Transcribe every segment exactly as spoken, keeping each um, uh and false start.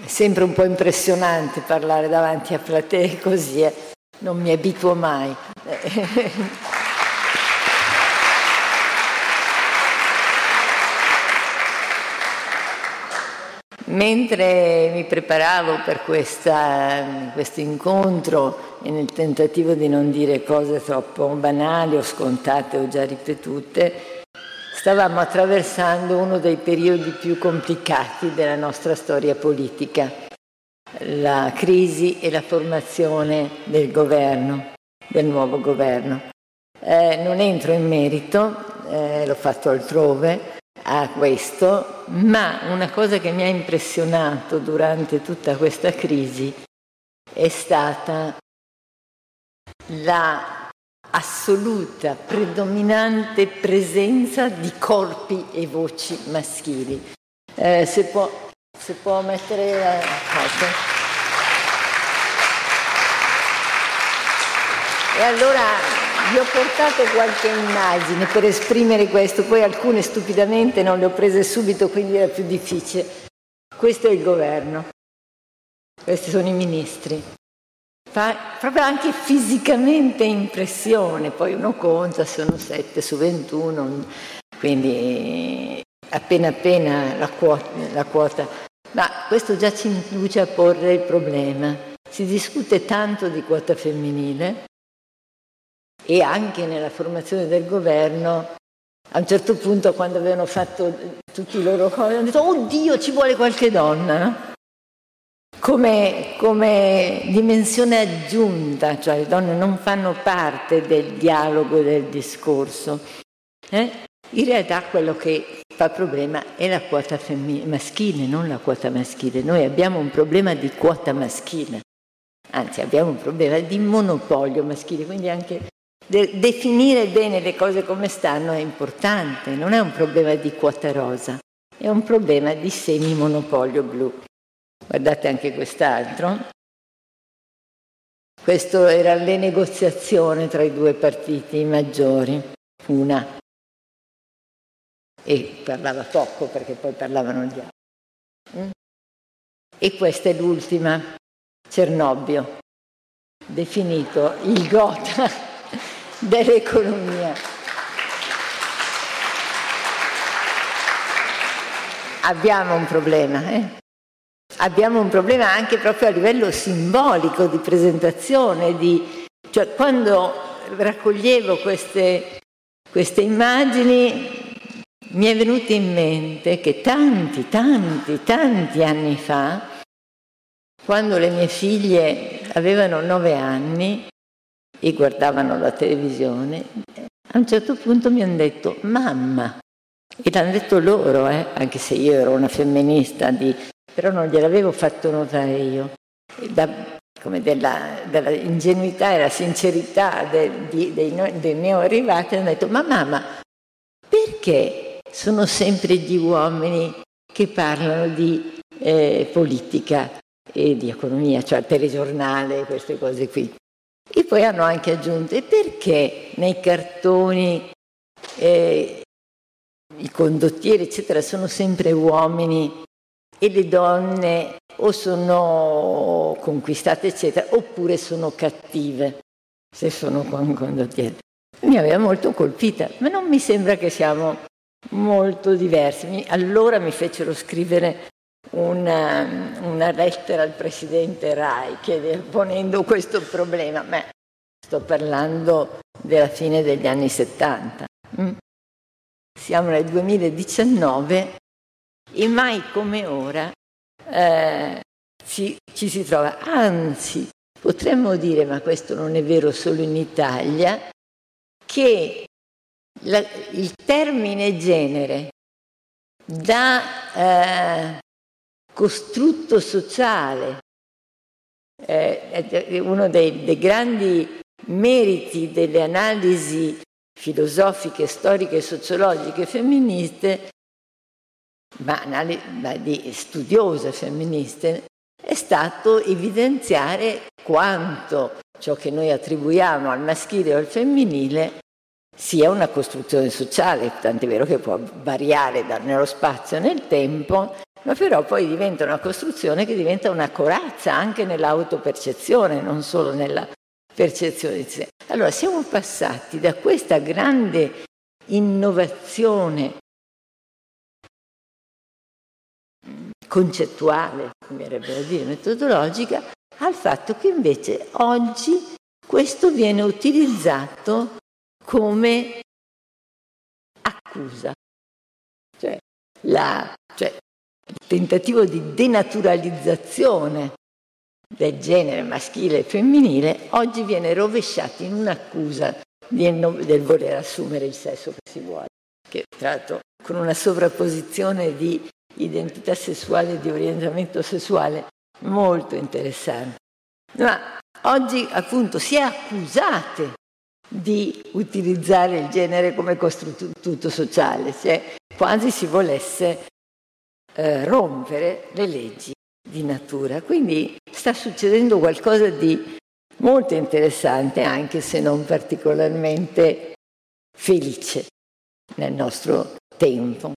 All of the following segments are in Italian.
È sempre un po' impressionante parlare davanti a platee così, eh. Non mi abituo mai. Mentre mi preparavo per questa, questo incontro e nel tentativo di non dire cose troppo banali o scontate o già ripetute, stavamo attraversando uno dei periodi più complicati della nostra storia politica, la crisi e la formazione del governo, del nuovo governo. Eh, non entro in merito, eh, l'ho fatto altrove, a questo, ma una cosa che mi ha impressionato durante tutta questa crisi è stata la assoluta, predominante presenza di corpi e voci maschili. Eh, se può, se può mettere la cosa. E allora vi ho portato qualche immagine per esprimere questo, poi alcune stupidamente non le ho prese subito, quindi era più difficile. Questo è il governo, questi sono i ministri. Fa proprio anche fisicamente impressione, poi uno conta, sono sette su ventuno, quindi appena appena la quota, la quota. Ma questo già ci induce a porre il problema. Si discute tanto di quota femminile, e anche nella formazione del governo, a un certo punto, quando avevano fatto tutti i loro cose, hanno detto oddio, ci vuole qualche donna, no? come, come dimensione aggiunta, cioè le donne non fanno parte del dialogo e del discorso. Eh? In realtà quello che fa problema è la quota femmin- maschile, non la quota maschile. Noi abbiamo un problema di quota maschile, anzi abbiamo un problema di monopolio maschile, quindi anche De- definire bene le cose come stanno è importante, non è un problema di quota rosa, è un problema di semimonopolio blu. Guardate anche quest'altro. Questo era le negoziazioni tra i due partiti maggiori, una, e parlava poco perché poi parlavano gli altri. Mm? E questa è l'ultima, Cernobbio, definito il Gotha dell'economia. Abbiamo un problema, eh? Abbiamo un problema anche proprio a livello simbolico di presentazione, di, cioè quando raccoglievo queste, queste immagini mi è venuto in mente che tanti, tanti, tanti anni fa, quando le mie figlie avevano nove anni e guardavano la televisione, a un certo punto mi hanno detto mamma, e l'hanno detto loro, eh, anche se io ero una femminista, di, però non gliel'avevo fatto notare io, da, come della, della ingenuità e la sincerità de, di, dei, dei neoarrivati, hanno detto ma mamma, perché sono sempre gli uomini che parlano di eh, politica e di economia, cioè telegiornale, queste cose qui? E poi hanno anche aggiunto, e perché nei cartoni eh, i condottieri, eccetera, sono sempre uomini e le donne o sono conquistate, eccetera, oppure sono cattive, se sono con condottieri? Mi aveva molto colpita, ma non mi sembra che siamo molto diversi. Allora mi fecero scrivere Una, una lettera al presidente Rai chiede, ponendo questo problema, ma sto parlando della fine degli anni settanta. Mm? Siamo nel duemiladiciannove e mai come ora eh, ci, ci si trova, anzi potremmo dire, ma questo non è vero solo in Italia, che la, il termine genere da eh, costrutto sociale, eh, è uno dei, dei grandi meriti delle analisi filosofiche, storiche, sociologiche femministe, ma, ma di studiose femministe, è stato evidenziare quanto ciò che noi attribuiamo al maschile o al femminile sia una costruzione sociale, tant'è vero che può variare da, nello spazio e nel tempo, ma però poi diventa una costruzione che diventa una corazza anche nell'autopercezione, non solo nella percezione di sé. Allora siamo passati da questa grande innovazione concettuale, mi verrebbe da dire, metodologica, al fatto che invece oggi questo viene utilizzato come accusa, cioè, la, cioè il tentativo di denaturalizzazione del genere maschile e femminile oggi viene rovesciato in un'accusa di, del voler assumere il sesso che si vuole, che tra l'altro con una sovrapposizione di identità sessuale e di orientamento sessuale molto interessante. Ma oggi appunto si è accusate di utilizzare il genere come costrutto sociale, cioè quasi si volesse eh, rompere le leggi di natura. Quindi sta succedendo qualcosa di molto interessante, anche se non particolarmente felice nel nostro tempo.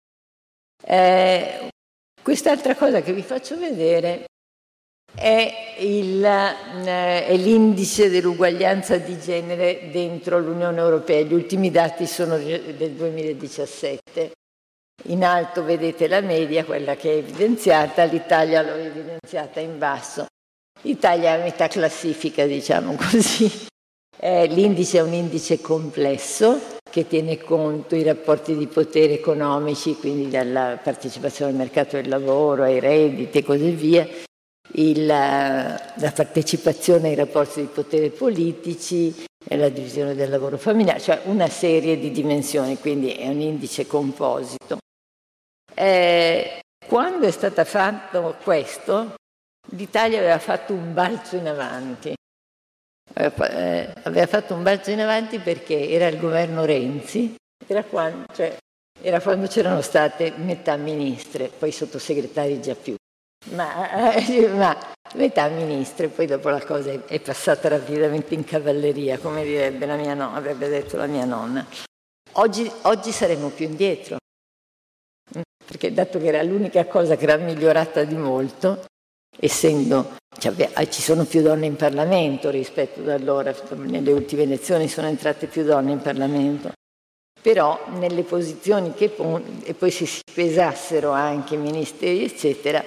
Eh, quest'altra cosa che vi faccio vedere è, il, eh, è l'indice dell'uguaglianza di genere dentro l'Unione Europea. Gli ultimi dati sono del duemiladiciassette. In alto vedete la media, quella che è evidenziata, l'Italia l'ho evidenziata in basso. L'Italia è a metà classifica, diciamo così. Eh, l'indice è un indice complesso che tiene conto i rapporti di potere economici, quindi dalla partecipazione al mercato del lavoro, ai redditi e così via, il, la partecipazione ai rapporti di potere politici e la divisione del lavoro familiare, cioè una serie di dimensioni, quindi è un indice composito. Eh, quando è stato fatto questo, l'Italia aveva fatto un balzo in avanti. Eh, aveva fatto un balzo in avanti perché era il governo Renzi, era quando, cioè, era quando c'erano state metà ministre, poi sottosegretari già più, ma, eh, ma metà ministre, poi dopo la cosa è, è passata rapidamente in cavalleria, come direbbe la mia nonna, avrebbe detto la mia nonna. Oggi, oggi saremo più indietro, perché dato che era l'unica cosa che era migliorata di molto, essendo cioè, ci sono più donne in Parlamento rispetto ad allora, nelle ultime elezioni sono entrate più donne in Parlamento, però nelle posizioni che pon- e poi se si pesassero anche i ministeri eccetera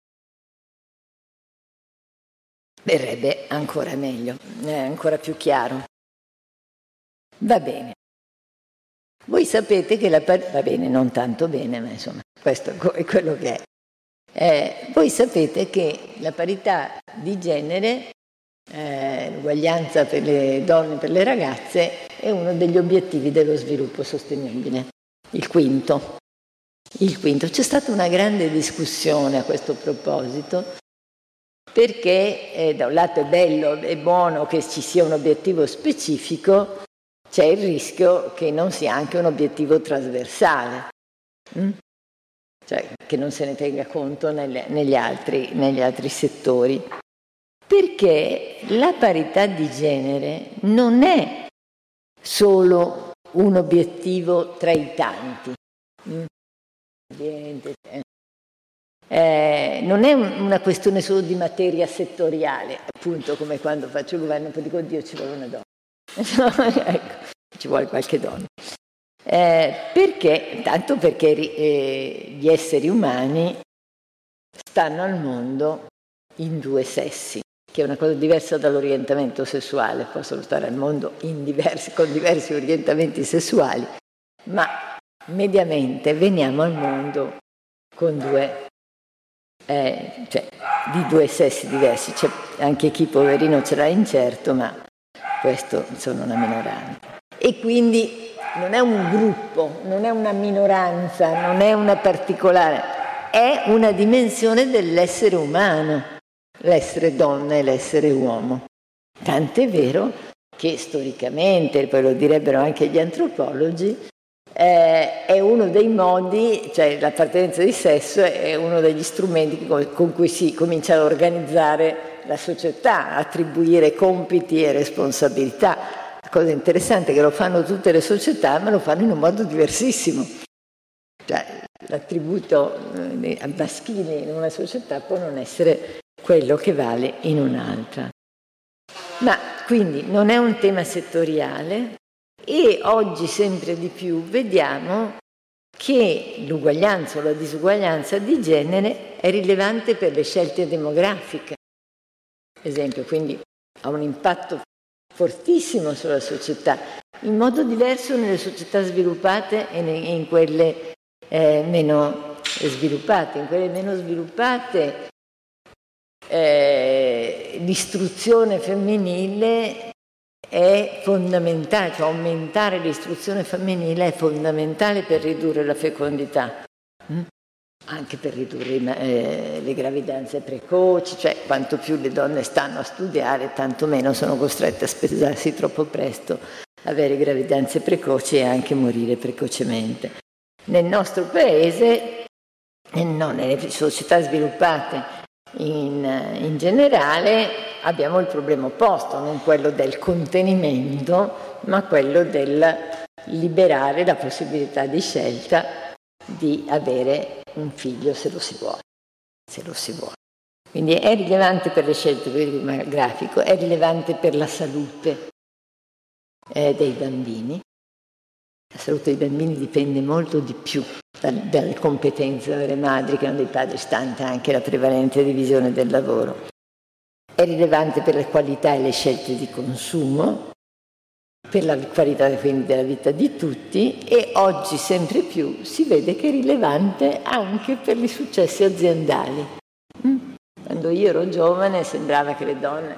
verrebbe ancora meglio, eh, ancora più chiaro. Va bene. Voi sapete che la par- va bene, non tanto bene, ma insomma questo è quello che è. Eh, voi sapete che la parità di genere, eh, l'uguaglianza per le donne e per le ragazze, è uno degli obiettivi dello sviluppo sostenibile, il quinto. Il quinto. C'è stata una grande discussione a questo proposito, perché eh, da un lato è bello, è buono che ci sia un obiettivo specifico, c'è il rischio che non sia anche un obiettivo trasversale. Mm? Cioè che non se ne tenga conto nelle, negli, altri, negli altri settori, perché la parità di genere non è solo un obiettivo tra i tanti, eh, non è una questione solo di materia settoriale, appunto come quando faccio il governo poi dico oddio ci vuole una donna, ecco, ci vuole qualche donna. Eh, perché? Tanto perché eh, gli esseri umani stanno al mondo in due sessi, che è una cosa diversa dall'orientamento sessuale, possono stare al mondo in diversi, con diversi orientamenti sessuali, ma mediamente veniamo al mondo con due, eh, cioè di due sessi diversi. C'è anche chi poverino ce l'ha incerto, ma questo sono una minoranza. E quindi non è un gruppo, non è una minoranza, non è una particolare, è una dimensione dell'essere umano, l'essere donna e l'essere uomo. Tant'è vero che storicamente, poi lo direbbero anche gli antropologi, eh, è uno dei modi, cioè l'appartenenza di sesso è uno degli strumenti con cui si comincia a organizzare la società, a attribuire compiti e responsabilità. La cosa interessante è che lo fanno tutte le società, ma lo fanno in un modo diversissimo. Cioè, l'attributo eh, maschile in una società può non essere quello che vale in un'altra. Ma quindi non è un tema settoriale e oggi sempre di più vediamo che l'uguaglianza o la disuguaglianza di genere è rilevante per le scelte demografiche, per esempio, quindi ha un impatto fortissimo sulla società, in modo diverso nelle società sviluppate e in quelle eh, meno sviluppate. In quelle meno sviluppate eh, l'istruzione femminile è fondamentale, cioè aumentare l'istruzione femminile è fondamentale per ridurre la fecondità, mm? anche per ridurre eh, le gravidanze precoci, cioè quanto più le donne stanno a studiare, tanto meno sono costrette a sposarsi troppo presto, avere gravidanze precoci e anche morire precocemente. Nel nostro paese, e non nelle società sviluppate in, in generale, abbiamo il problema opposto, non quello del contenimento, ma quello del liberare la possibilità di scelta di avere un figlio se lo si vuole, se lo si vuole. Quindi è rilevante per le scelte demografiche, è rilevante per la salute eh, dei bambini. La salute dei bambini dipende molto di più dalle competenze delle madri che non dei padri, stante anche la prevalente divisione del lavoro. È rilevante per la qualità e le scelte di consumo, per la qualità quindi della vita di tutti, e oggi sempre più si vede che è rilevante anche per i successi aziendali. Quando io ero giovane sembrava che le donne...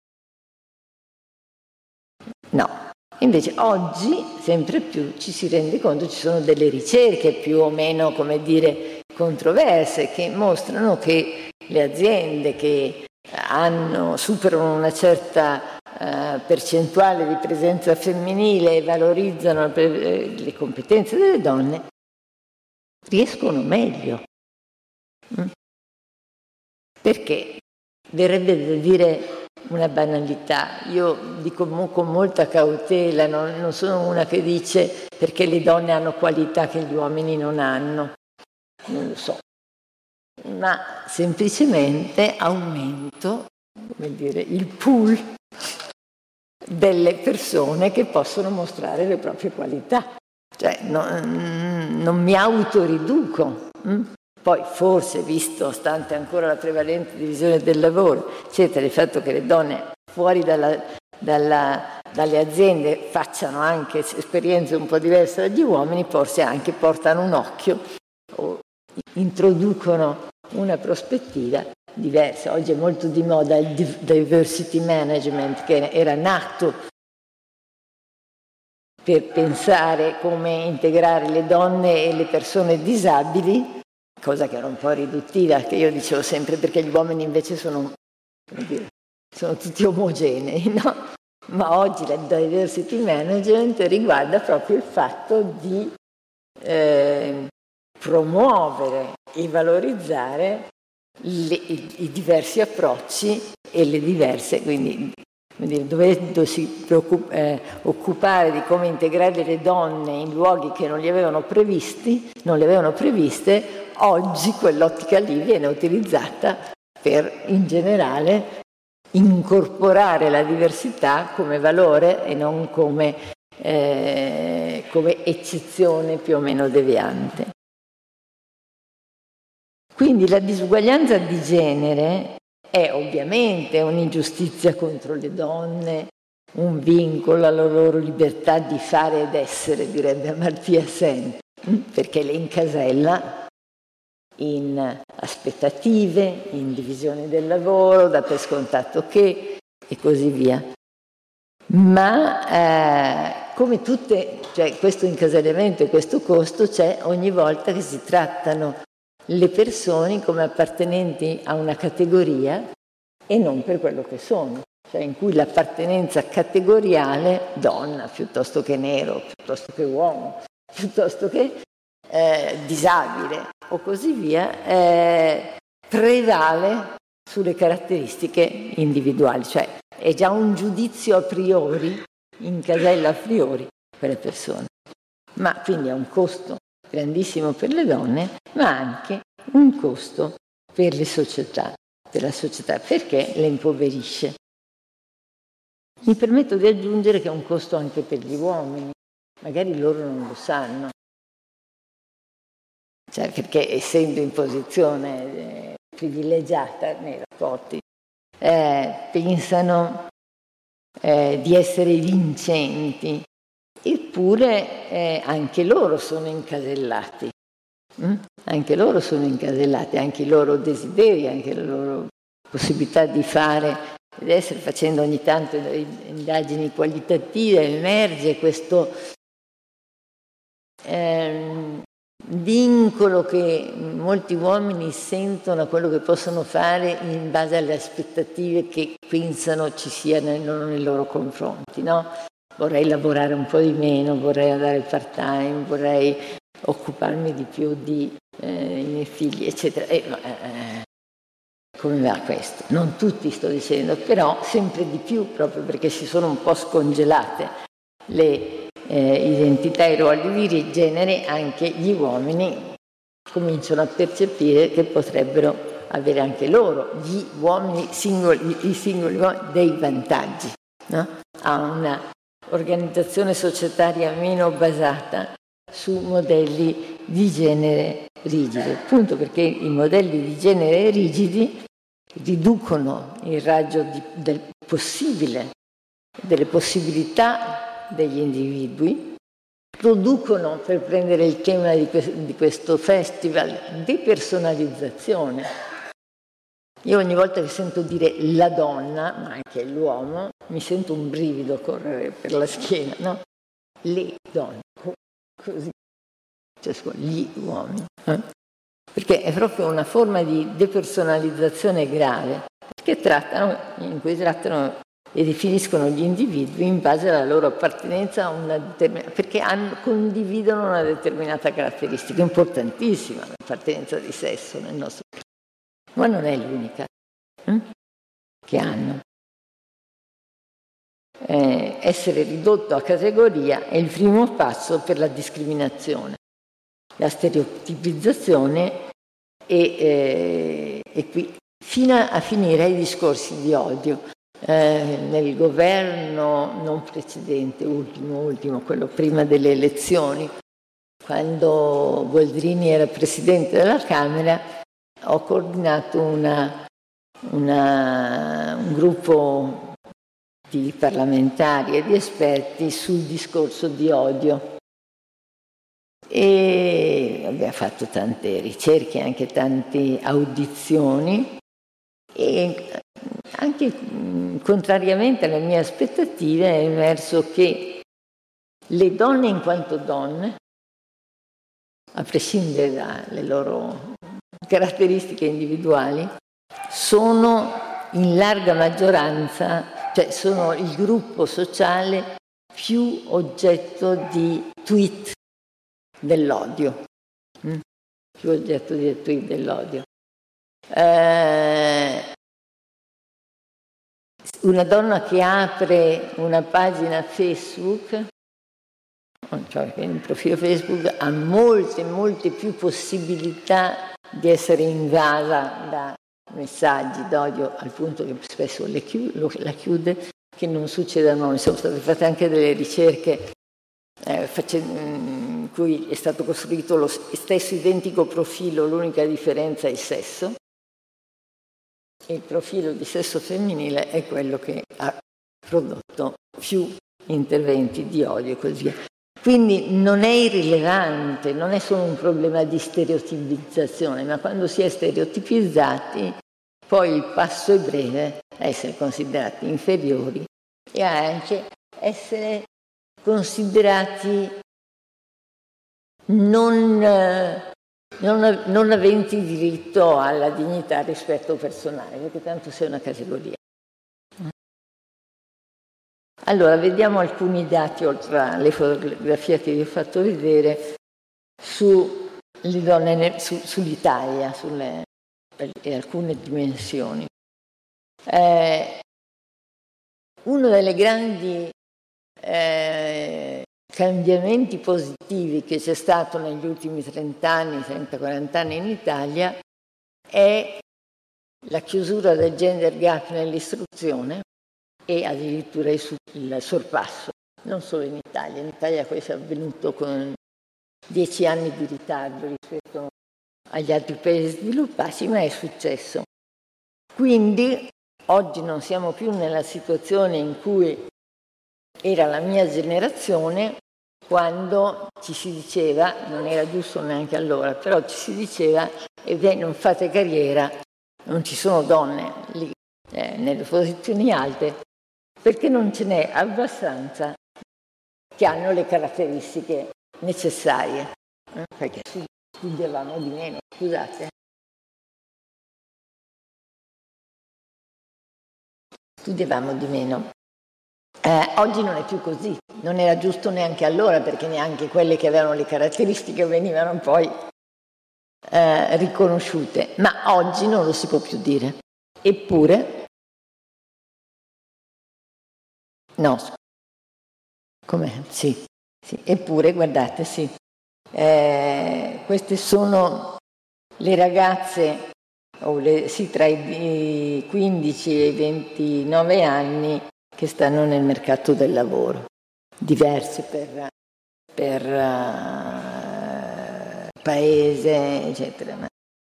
No. Invece oggi sempre più ci si rende conto, ci sono delle ricerche più o meno, come dire, controverse, che mostrano che le aziende che hanno, superano una certa uh, percentuale di presenza femminile e valorizzano le, le competenze delle donne, riescono meglio. Mm? Perché? Verrebbe da dire una banalità. Io dico con molta cautela, non, non sono una che dice perché le donne hanno qualità che gli uomini non hanno, non lo so, ma semplicemente aumento, come dire, il pool delle persone che possono mostrare le proprie qualità, cioè non, non mi autoriduco. Hm? Poi forse, visto, stante ancora la prevalente divisione del lavoro, eccetera, il fatto che le donne fuori dalla, dalla, dalle aziende facciano anche esperienze un po' diverse dagli uomini, forse anche portano un occhio o introducono una prospettiva diversa. Oggi è molto di moda il diversity management, che era nato per pensare come integrare le donne e le persone disabili, cosa che era un po' riduttiva, che io dicevo sempre, perché gli uomini invece sono, come dire, sono tutti omogenei, no? Ma oggi la diversity management riguarda proprio il fatto di eh, promuovere e valorizzare le, i, i diversi approcci e le diverse, quindi dovendosi preoccup- eh, occupare di come integrare le donne in luoghi che non li avevano previsti, non le avevano previste. Oggi quell'ottica lì viene utilizzata per, in generale, incorporare la diversità come valore e non come, eh, come eccezione più o meno deviante. Quindi la disuguaglianza di genere è ovviamente un'ingiustizia contro le donne, un vincolo alla loro libertà di fare ed essere, direbbe Amartya Sen, perché le incasella in aspettative, in divisione del lavoro, dà per scontato che, e così via. Ma eh, come tutte, cioè questo incasellamento e questo costo c'è ogni volta che si trattano le persone come appartenenti a una categoria e non per quello che sono, cioè in cui l'appartenenza categoriale, donna piuttosto che nero, piuttosto che uomo, piuttosto che eh, disabile o così via, eh, prevale sulle caratteristiche individuali, cioè è già un giudizio a priori, incasella a priori quelle persone. Ma quindi è un costo grandissimo per le donne, ma anche un costo per le società, per la società, perché le impoverisce. Mi permetto di aggiungere che è un costo anche per gli uomini, magari loro non lo sanno, cioè perché essendo in posizione eh, privilegiata nei rapporti, eh, pensano eh, di essere vincenti, eppure eh, anche loro sono incasellati, mm? anche loro sono incasellati, anche i loro desideri, anche le loro possibilità di fare ed essere, facendo ogni tanto indagini qualitative, emerge questo eh, vincolo che molti uomini sentono a quello che possono fare in base alle aspettative che pensano ci siano nei loro confronti, no? Vorrei lavorare un po' di meno, vorrei andare part time, vorrei occuparmi di più di eh, i miei figli, eccetera. E, eh, come va questo? Non tutti, sto dicendo, però sempre di più, proprio perché si sono un po' scongelate le eh, identità e i ruoli di genere, anche gli uomini cominciano a percepire che potrebbero avere anche loro, gli uomini singoli, i singoli uomini, dei vantaggi, no? A una organizzazione societaria meno basata su modelli di genere rigidi, appunto perché i modelli di genere rigidi riducono il raggio di, del possibile, delle possibilità degli individui, producono, per prendere il tema di, que- di questo festival, depersonalizzazione. Io ogni volta che sento dire la donna, ma anche l'uomo, mi sento un brivido correre per la schiena, no? Le donne, così, cioè gli uomini. Eh? Perché è proprio una forma di depersonalizzazione grave, che trattano, in cui trattano e definiscono gli individui in base alla loro appartenenza a una determinata, perché hanno, condividono una determinata caratteristica importantissima, l'appartenenza di sesso nel nostro caso, ma non è l'unica hm? che hanno. Eh, essere ridotto a categoria è il primo passo per la discriminazione, la stereotipizzazione e, eh, e qui fino a finire ai discorsi di odio. Eh, nel governo non precedente, ultimo, ultimo, quello prima delle elezioni, quando Boldrini era presidente della Camera, ho coordinato una, una, un gruppo di parlamentari e di esperti sul discorso di odio. E abbiamo fatto tante ricerche, anche tante audizioni e anche contrariamente alle mie aspettative è emerso che le donne in quanto donne, a prescindere dalle loro caratteristiche individuali, sono in larga maggioranza, cioè sono il gruppo sociale più oggetto di tweet dell'odio, mm? più oggetto di tweet dell'odio. Eh, una donna che apre una pagina Facebook, cioè un profilo Facebook, ha molte, molte più possibilità di essere invasa da messaggi d'odio al punto che spesso le chiude, la chiude, che non succeda a noi. Sono state fatte anche delle ricerche eh, facendo, in cui è stato costruito lo stesso identico profilo, l'unica differenza è il sesso. Il profilo di sesso femminile è quello che ha prodotto più interventi di odio e così via. Quindi non è irrilevante, non è solo un problema di stereotipizzazione, ma quando si è stereotipizzati poi il passo è breve a essere considerati inferiori e anche essere considerati non, non, non aventi diritto alla dignità rispetto personale, perché tanto sei una categoria. Allora, vediamo alcuni dati, oltre alle fotografie che vi ho fatto vedere, su le donne, su, sull'Italia, sulle e alcune dimensioni. Eh, una delle grandi eh, cambiamenti positivi che c'è stato negli ultimi trenta anni, trenta quaranta anni in Italia è la chiusura del gender gap nell'istruzione e addirittura il sorpasso, non solo in Italia. In Italia questo è avvenuto con dieci anni di ritardo rispetto agli altri paesi sviluppati, ma è successo. Quindi oggi non siamo più nella situazione in cui era la mia generazione, quando ci si diceva, non era giusto neanche allora, però ci si diceva, e beh, non fate carriera, non ci sono donne lì eh, nelle posizioni alte, perché non ce n'è abbastanza che hanno le caratteristiche necessarie, eh? Perché studiavamo di meno, scusate. Studiavamo di meno. Eh, oggi non è più così, non era giusto neanche allora, perché neanche quelle che avevano le caratteristiche venivano poi eh, riconosciute, ma oggi non lo si può più dire. Eppure, no, com'è? Sì, sì, eppure, guardate, sì, eh, queste sono le ragazze, o le, sì, tra i quindici e i ventinove anni, che stanno nel mercato del lavoro, diverse per, per uh, paese, eccetera.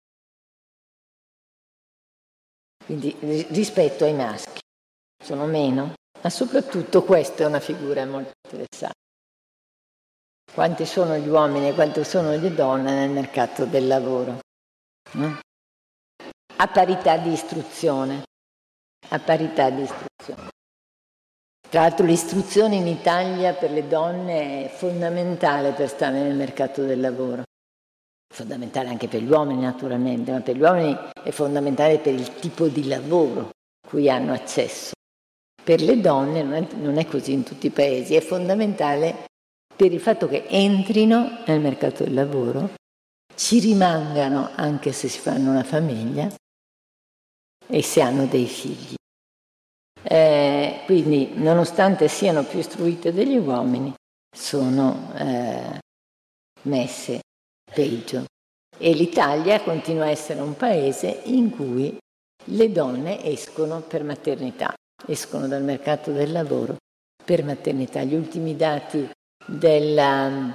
Quindi rispetto ai maschi sono meno, ma soprattutto questa è una figura molto interessante. Quanti sono gli uomini e quante sono le donne nel mercato del lavoro? No? A parità di istruzione, a parità di istruzione. Tra l'altro l'istruzione in Italia per le donne è fondamentale per stare nel mercato del lavoro, fondamentale anche per gli uomini naturalmente, ma per gli uomini è fondamentale per il tipo di lavoro cui hanno accesso. Per le donne non è, non è così in tutti i paesi, è fondamentale per il fatto che entrino nel mercato del lavoro, ci rimangano anche se si fanno una famiglia e se hanno dei figli. Eh, quindi, nonostante siano più istruite degli uomini, sono eh, messe peggio. E l'Italia continua a essere un paese in cui le donne escono per maternità, escono dal mercato del lavoro per maternità. Gli ultimi dati della,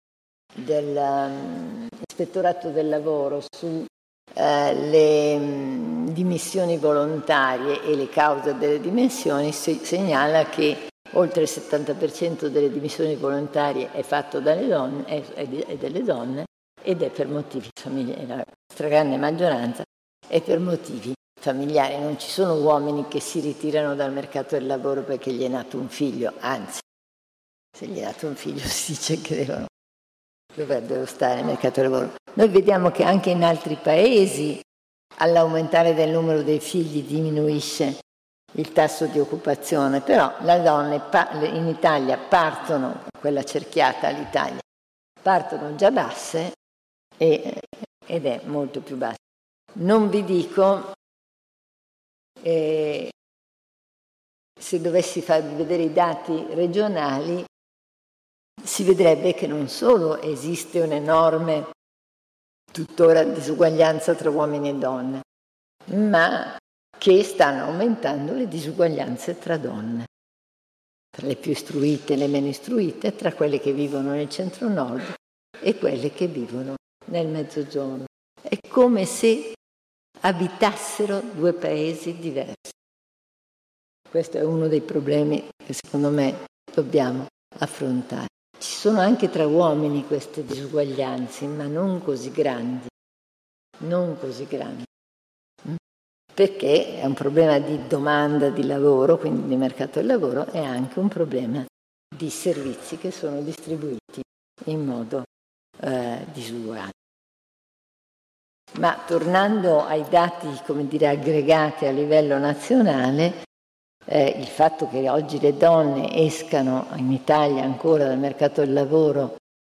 dell'Ispettorato del Lavoro su eh, le mh, dimissioni volontarie e le cause delle dimissioni si, segnala che oltre il settanta per cento delle dimissioni volontarie è fatto dalle donne, è, è delle donne ed è per motivi familiari, la stragrande maggioranza è per motivi familiari. Non ci sono uomini che si ritirano dal mercato del lavoro perché gli è nato un figlio, anzi, se gli è nato un figlio si dice che devono, dovrebbero stare nel mercato del lavoro. Noi vediamo che anche in altri paesi all'aumentare del numero dei figli diminuisce il tasso di occupazione, però le donne in Italia partono, quella cerchiata all'Italia, partono già basse e, ed è molto più bassa. Non vi dico, eh, se dovessi farvi vedere i dati regionali, si vedrebbe che non solo esiste un'enorme tuttora disuguaglianza tra uomini e donne, ma che stanno aumentando le disuguaglianze tra donne, tra le più istruite e le meno istruite, tra quelle che vivono nel centro-nord e quelle che vivono nel mezzogiorno. È come se abitassero due paesi diversi. Questo è uno dei problemi che secondo me dobbiamo affrontare. Ci sono anche tra uomini queste disuguaglianze, ma non così grandi, non così grandi, perché è un problema di domanda di lavoro, quindi di mercato del lavoro, e anche un problema di servizi che sono distribuiti in modo eh, disuguale. Ma tornando ai dati, come dire, aggregati a livello nazionale, eh, il fatto che oggi le donne escano in Italia ancora dal mercato del lavoro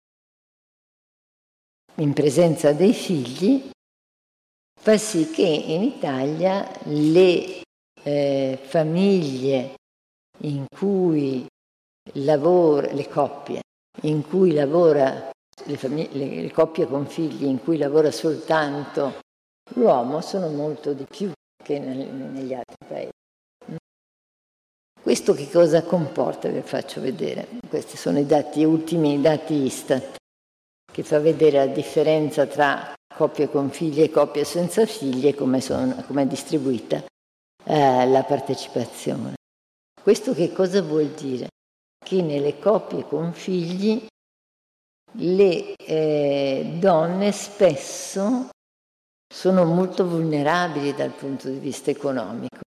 in presenza dei figli fa sì che in Italia le eh, famiglie in cui lavoro, le coppie in cui lavora, le, famiglie, le, le coppie con figli in cui lavora soltanto l'uomo sono molto di più che nel, negli altri paesi. Questo che cosa comporta? Vi faccio vedere. Questi sono i dati ultimi, i dati Istat, che fa vedere la differenza tra coppie con figli e coppie senza figli e come, sono, come è distribuita eh, la partecipazione. Questo che cosa vuol dire? Che nelle coppie con figli le eh, donne spesso sono molto vulnerabili dal punto di vista economico,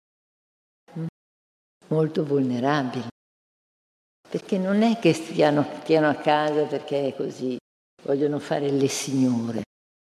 molto vulnerabili, perché non è che stiano, stiano a casa perché è così, vogliono fare le signore,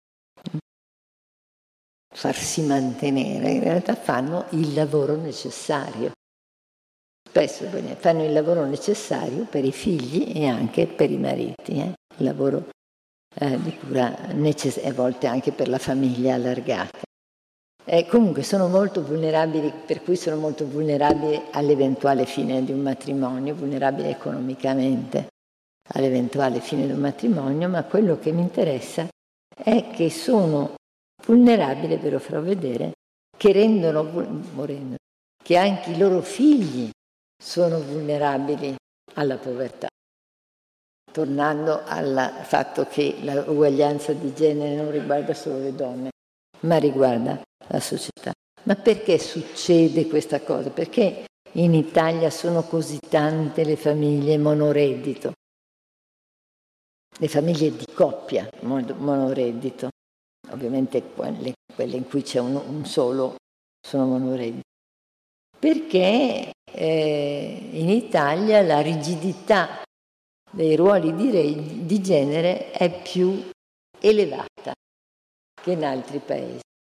farsi mantenere, in realtà fanno il lavoro necessario. Spesso fanno il lavoro necessario per i figli e anche per i mariti, eh? Il lavoro eh, di cura necessario, a volte anche per la famiglia allargata. Eh, comunque sono molto vulnerabili, per cui sono molto vulnerabili all'eventuale fine di un matrimonio, vulnerabili economicamente all'eventuale fine di un matrimonio, ma quello che mi interessa è che sono vulnerabili, ve lo farò vedere, che rendono, morendo, che anche i loro figli sono vulnerabili alla povertà. Tornando al fatto che l'uguaglianza di genere non riguarda solo le donne, ma riguarda la società. Ma perché succede questa cosa? Perché in Italia sono così tante le famiglie monoreddito, le famiglie di coppia monoreddito, ovviamente quelle, quelle in cui c'è un, un solo sono monoreddito. Perché eh, in Italia la rigidità dei ruoli di, re, di genere è più elevata che in altri paesi.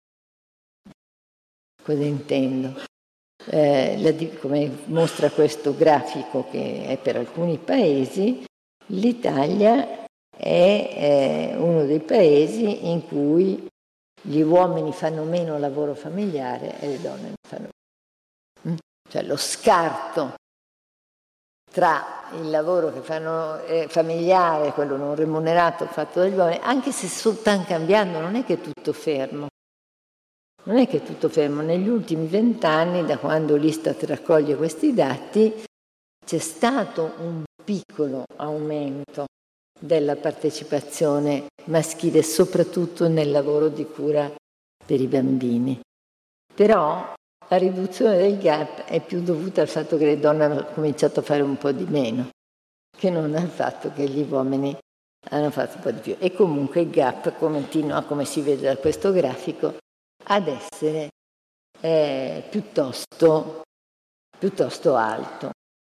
Cosa intendo? Eh, la, come mostra questo grafico che è per alcuni paesi, l'Italia è eh, uno dei paesi in cui gli uomini fanno meno lavoro familiare e le donne ne fanno meno. Cioè lo scarto tra il lavoro che fanno eh, familiare, quello non remunerato fatto dagli uomini, anche se stanno cambiando, non è che è tutto fermo. Non è che è tutto fermo. Negli ultimi vent'anni, da quando l'Istat raccoglie questi dati, c'è stato un piccolo aumento della partecipazione maschile, soprattutto nel lavoro di cura per i bambini. Però la riduzione del gap è più dovuta al fatto che le donne hanno cominciato a fare un po' di meno, che non al fatto che gli uomini hanno fatto un po' di più. E comunque il gap continua, come si vede da questo grafico, ad essere eh, piuttosto, piuttosto alto.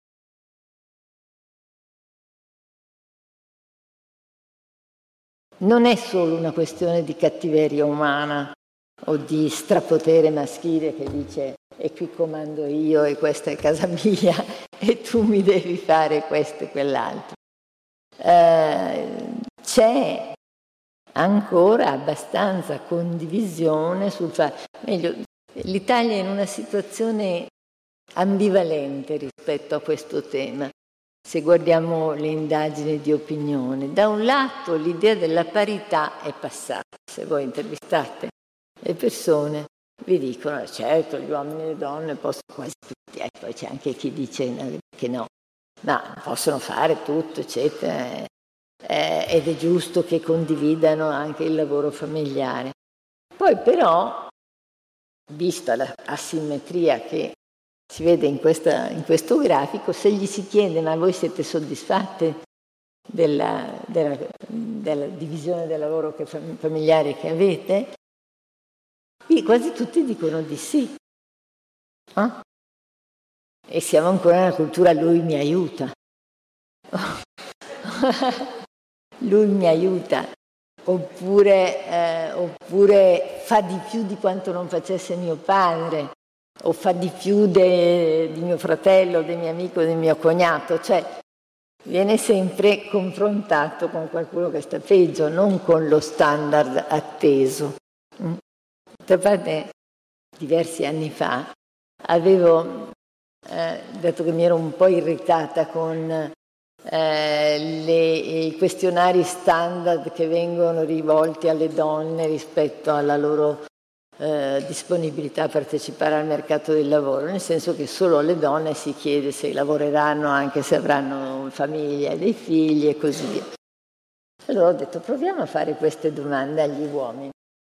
Non è solo una questione di cattiveria umana o di strapotere maschile che dice e qui comando io e questa è casa mia e tu mi devi fare questo e quell'altro. Eh, c'è ancora abbastanza condivisione sul fatto, meglio, l'Italia è in una situazione ambivalente rispetto a questo tema. Se guardiamo le indagini di opinione, da un lato l'idea della parità è passata. Se voi intervistate le persone vi dicono certo gli uomini e le donne possono quasi tutti, e poi c'è anche chi dice che no, ma possono fare tutto, eccetera, eh, ed è giusto che condividano anche il lavoro familiare. Poi però, vista l'asimmetria che si vede in, questa, in questo grafico, se gli si chiede ma voi siete soddisfatte della, della, della divisione del lavoro che, familiare che avete, qui quasi tutti dicono di sì. Eh? E siamo ancora nella cultura lui mi aiuta. Lui mi aiuta. Oppure, eh, oppure fa di più di quanto non facesse mio padre, o fa di più de, di mio fratello, del mio amico, del mio cognato, cioè viene sempre confrontato con qualcuno che sta peggio, non con lo standard atteso. D'altra parte, diversi anni fa, avevo, eh, dato che mi ero un po' irritata con eh, le, i questionari standard che vengono rivolti alle donne rispetto alla loro eh, disponibilità a partecipare al mercato del lavoro, nel senso che solo alle donne si chiede se lavoreranno anche se avranno famiglia e dei figli e così via. Allora ho detto proviamo a fare queste domande agli uomini.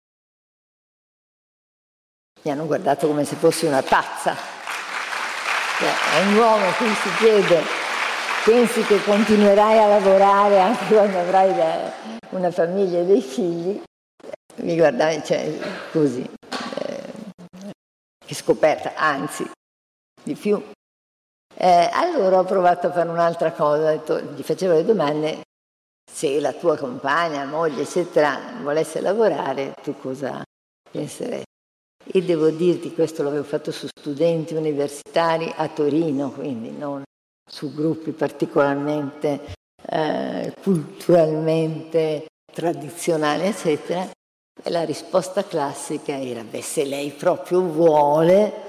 Mi hanno guardato come se fossi una pazza. Cioè, a un uomo qui si chiede, pensi che continuerai a lavorare anche quando avrai la, una famiglia e dei figli? Mi guardava, cioè, così, eh, che scoperta, anzi, di più. Eh, allora ho provato a fare un'altra cosa, ho detto, gli facevo le domande, se la tua compagna, moglie, eccetera, volesse lavorare, tu cosa penseresti? E devo dirti, questo l'avevo fatto su studenti universitari a Torino, quindi non su gruppi particolarmente eh, culturalmente tradizionali, eccetera. E la risposta classica era, beh, se lei proprio vuole,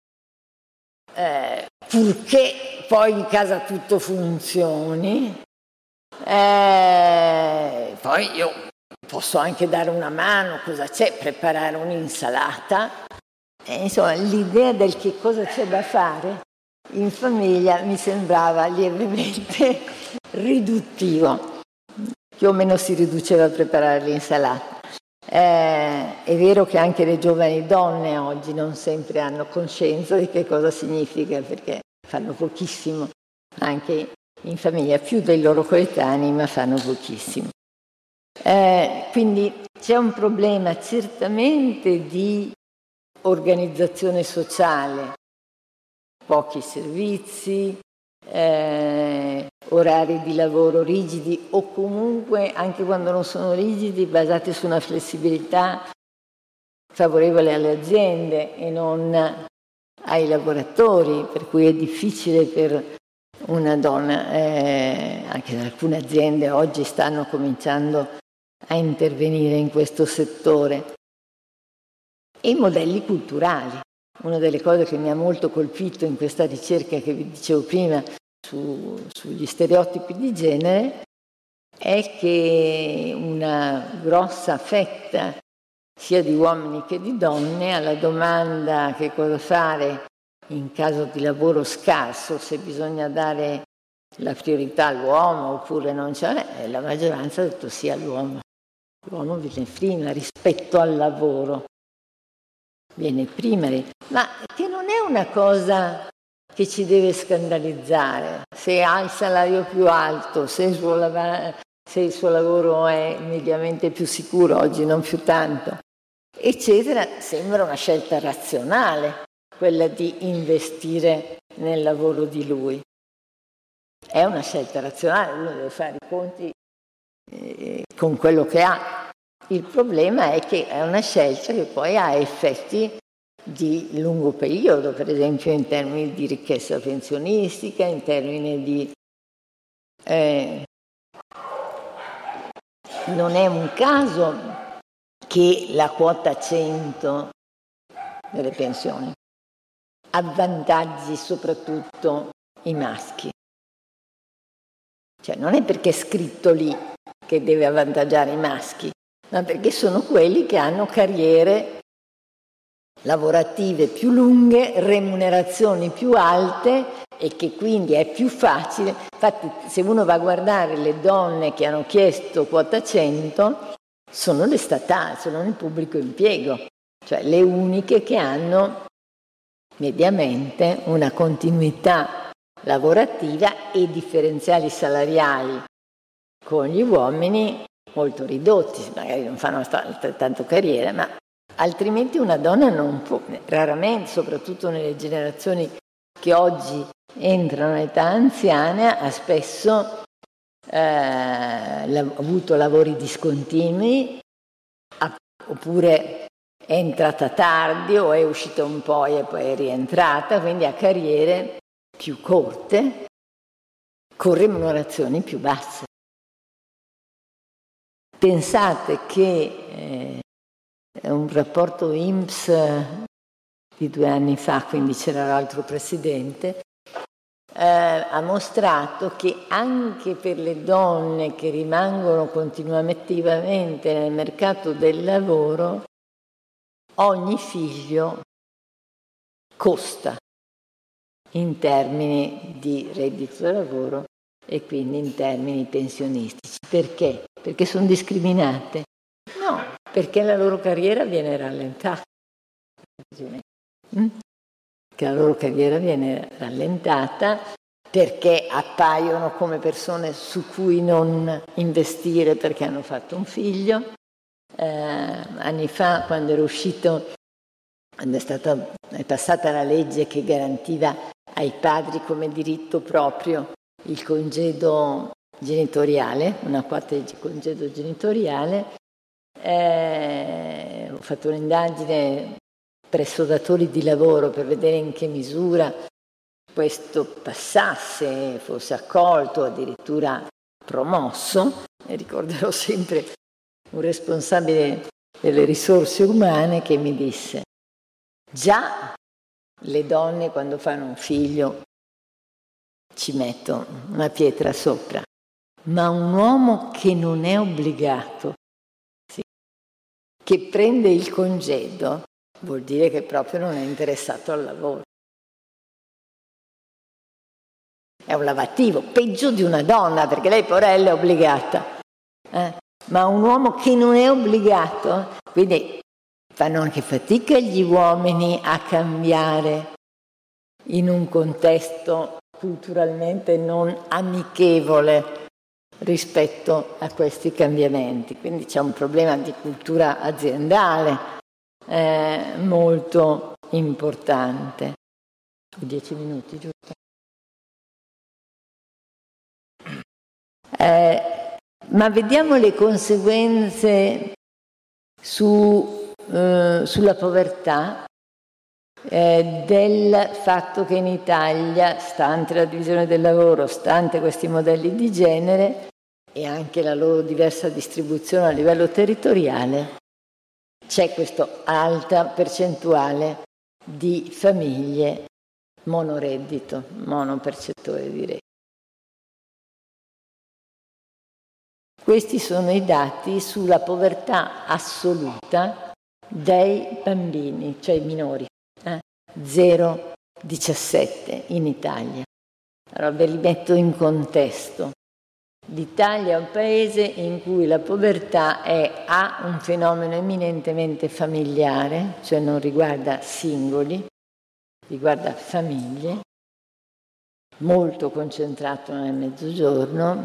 eh, purché poi in casa tutto funzioni, eh, poi io posso anche dare una mano, cosa c'è? Preparare un'insalata. E, insomma, l'idea del che cosa c'è da fare in famiglia mi sembrava lievemente riduttivo. Più o meno si riduceva a preparare l'insalata. Eh, è vero che anche le giovani donne oggi non sempre hanno coscienza di che cosa significa, perché fanno pochissimo, anche in famiglia, più dei loro coetanei, ma fanno pochissimo. Eh, quindi c'è un problema certamente di organizzazione sociale, pochi servizi, eh, orari di lavoro rigidi o comunque, anche quando non sono rigidi, basati su una flessibilità favorevole alle aziende e non ai lavoratori, per cui è difficile per una donna, eh, anche alcune aziende oggi stanno cominciando a intervenire in questo settore. E i modelli culturali. Una delle cose che mi ha molto colpito in questa ricerca che vi dicevo prima su, sugli stereotipi di genere è che una grossa fetta sia di uomini che di donne alla domanda che cosa fare in caso di lavoro scarso, se bisogna dare la priorità all'uomo oppure non c'è, la maggioranza ha detto sì all'uomo. L'uomo viene prima rispetto al lavoro, viene prima, ma che non è una cosa che ci deve scandalizzare. Se ha il salario più alto, se il suo, lav- se il suo lavoro è mediamente più sicuro, oggi non più tanto, eccetera, sembra una scelta razionale quella di investire nel lavoro di lui. È una scelta razionale, uno deve fare i conti eh, con quello che ha. Il problema è che è una scelta che poi ha effetti di lungo periodo, per esempio in termini di ricchezza pensionistica, in termini di... Eh, non è un caso che la quota cento delle pensioni avvantaggi soprattutto i maschi. Cioè non è perché è scritto lì che deve avvantaggiare i maschi, ma perché sono quelli che hanno carriere lavorative più lunghe, remunerazioni più alte e che quindi è più facile. Infatti se uno va a guardare le donne che hanno chiesto quota cento sono le statali, sono nel pubblico impiego, cioè le uniche che hanno mediamente una continuità lavorativa e differenziali salariali con gli uomini molto ridotti, magari non fanno altrettanto carriera, ma altrimenti una donna non può, raramente, soprattutto nelle generazioni che oggi entrano in età anziana, ha spesso eh, avuto lavori discontinui, ha, oppure è entrata tardi o è uscita un po' e poi è rientrata, quindi ha carriere più corte con remunerazioni più basse. Pensate che eh, un rapporto I N P S di due anni fa, quindi c'era l'altro presidente, eh, ha mostrato che anche per le donne che rimangono continuamente attivamente nel mercato del lavoro, ogni figlio costa in termini di reddito da lavoro e quindi in termini pensionistici. Perché? Perché sono discriminate? No, perché la loro carriera viene rallentata. Mm? Che la loro carriera viene rallentata perché appaiono come persone su cui non investire perché hanno fatto un figlio. Eh, anni fa, quando era uscito, quando è, stata, è passata la legge che garantiva ai padri come diritto proprio il congedo genitoriale, una quota di congedo genitoriale, eh, ho fatto un'indagine presso datori di lavoro per vedere in che misura questo passasse, fosse accolto, addirittura promosso, e ricorderò sempre un responsabile delle risorse umane che mi disse: già le donne quando fanno un figlio ci mettono una pietra sopra, ma un uomo che non è obbligato, sì, che prende il congedo, vuol dire che proprio non è interessato al lavoro. È un lavativo, peggio di una donna, perché lei porella è obbligata. Eh? Ma un uomo che non è obbligato, quindi fanno anche fatica gli uomini a cambiare in un contesto culturalmente non amichevole rispetto a questi cambiamenti. Quindi c'è un problema di cultura aziendale eh, molto importante. Dieci minuti, giusto? Eh, ma vediamo le conseguenze su, eh, sulla povertà eh, del fatto che in Italia, stante la divisione del lavoro, stante questi modelli di genere e anche la loro diversa distribuzione a livello territoriale, c'è questa alta percentuale di famiglie monoreddito, monopercettore di reddito. Questi sono i dati sulla povertà assoluta dei bambini, cioè i minori, eh? zero diciassette in Italia. Allora ve li metto in contesto. L'Italia è un paese in cui la povertà è A, un fenomeno eminentemente familiare, cioè non riguarda singoli, riguarda famiglie, molto concentrato nel mezzogiorno,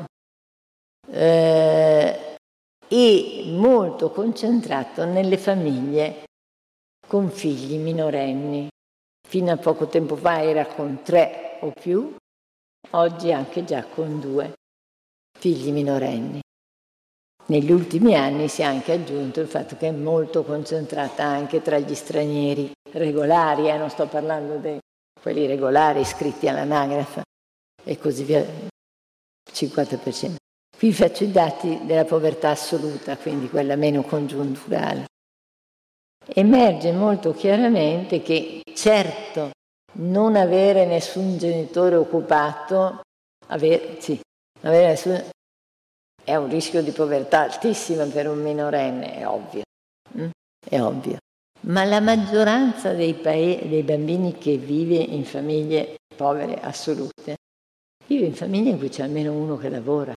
Eh, e molto concentrato nelle famiglie con figli minorenni. Fino a poco tempo fa era con tre o più, oggi anche già con due figli minorenni. Negli ultimi anni si è anche aggiunto il fatto che è molto concentrata anche tra gli stranieri regolari, eh, non sto parlando di quelli regolari iscritti all'anagrafe e così via, cinquanta per cento. Qui faccio i dati della povertà assoluta, quindi quella meno congiunturale. Emerge molto chiaramente che certo non avere nessun genitore occupato, avere, sì, avere nessun, è un rischio di povertà altissimo per un minorenne, è ovvio, mm? È ovvio. Ma la maggioranza dei, paesi, dei bambini che vive in famiglie povere assolute, vive in famiglie in cui c'è almeno uno che lavora.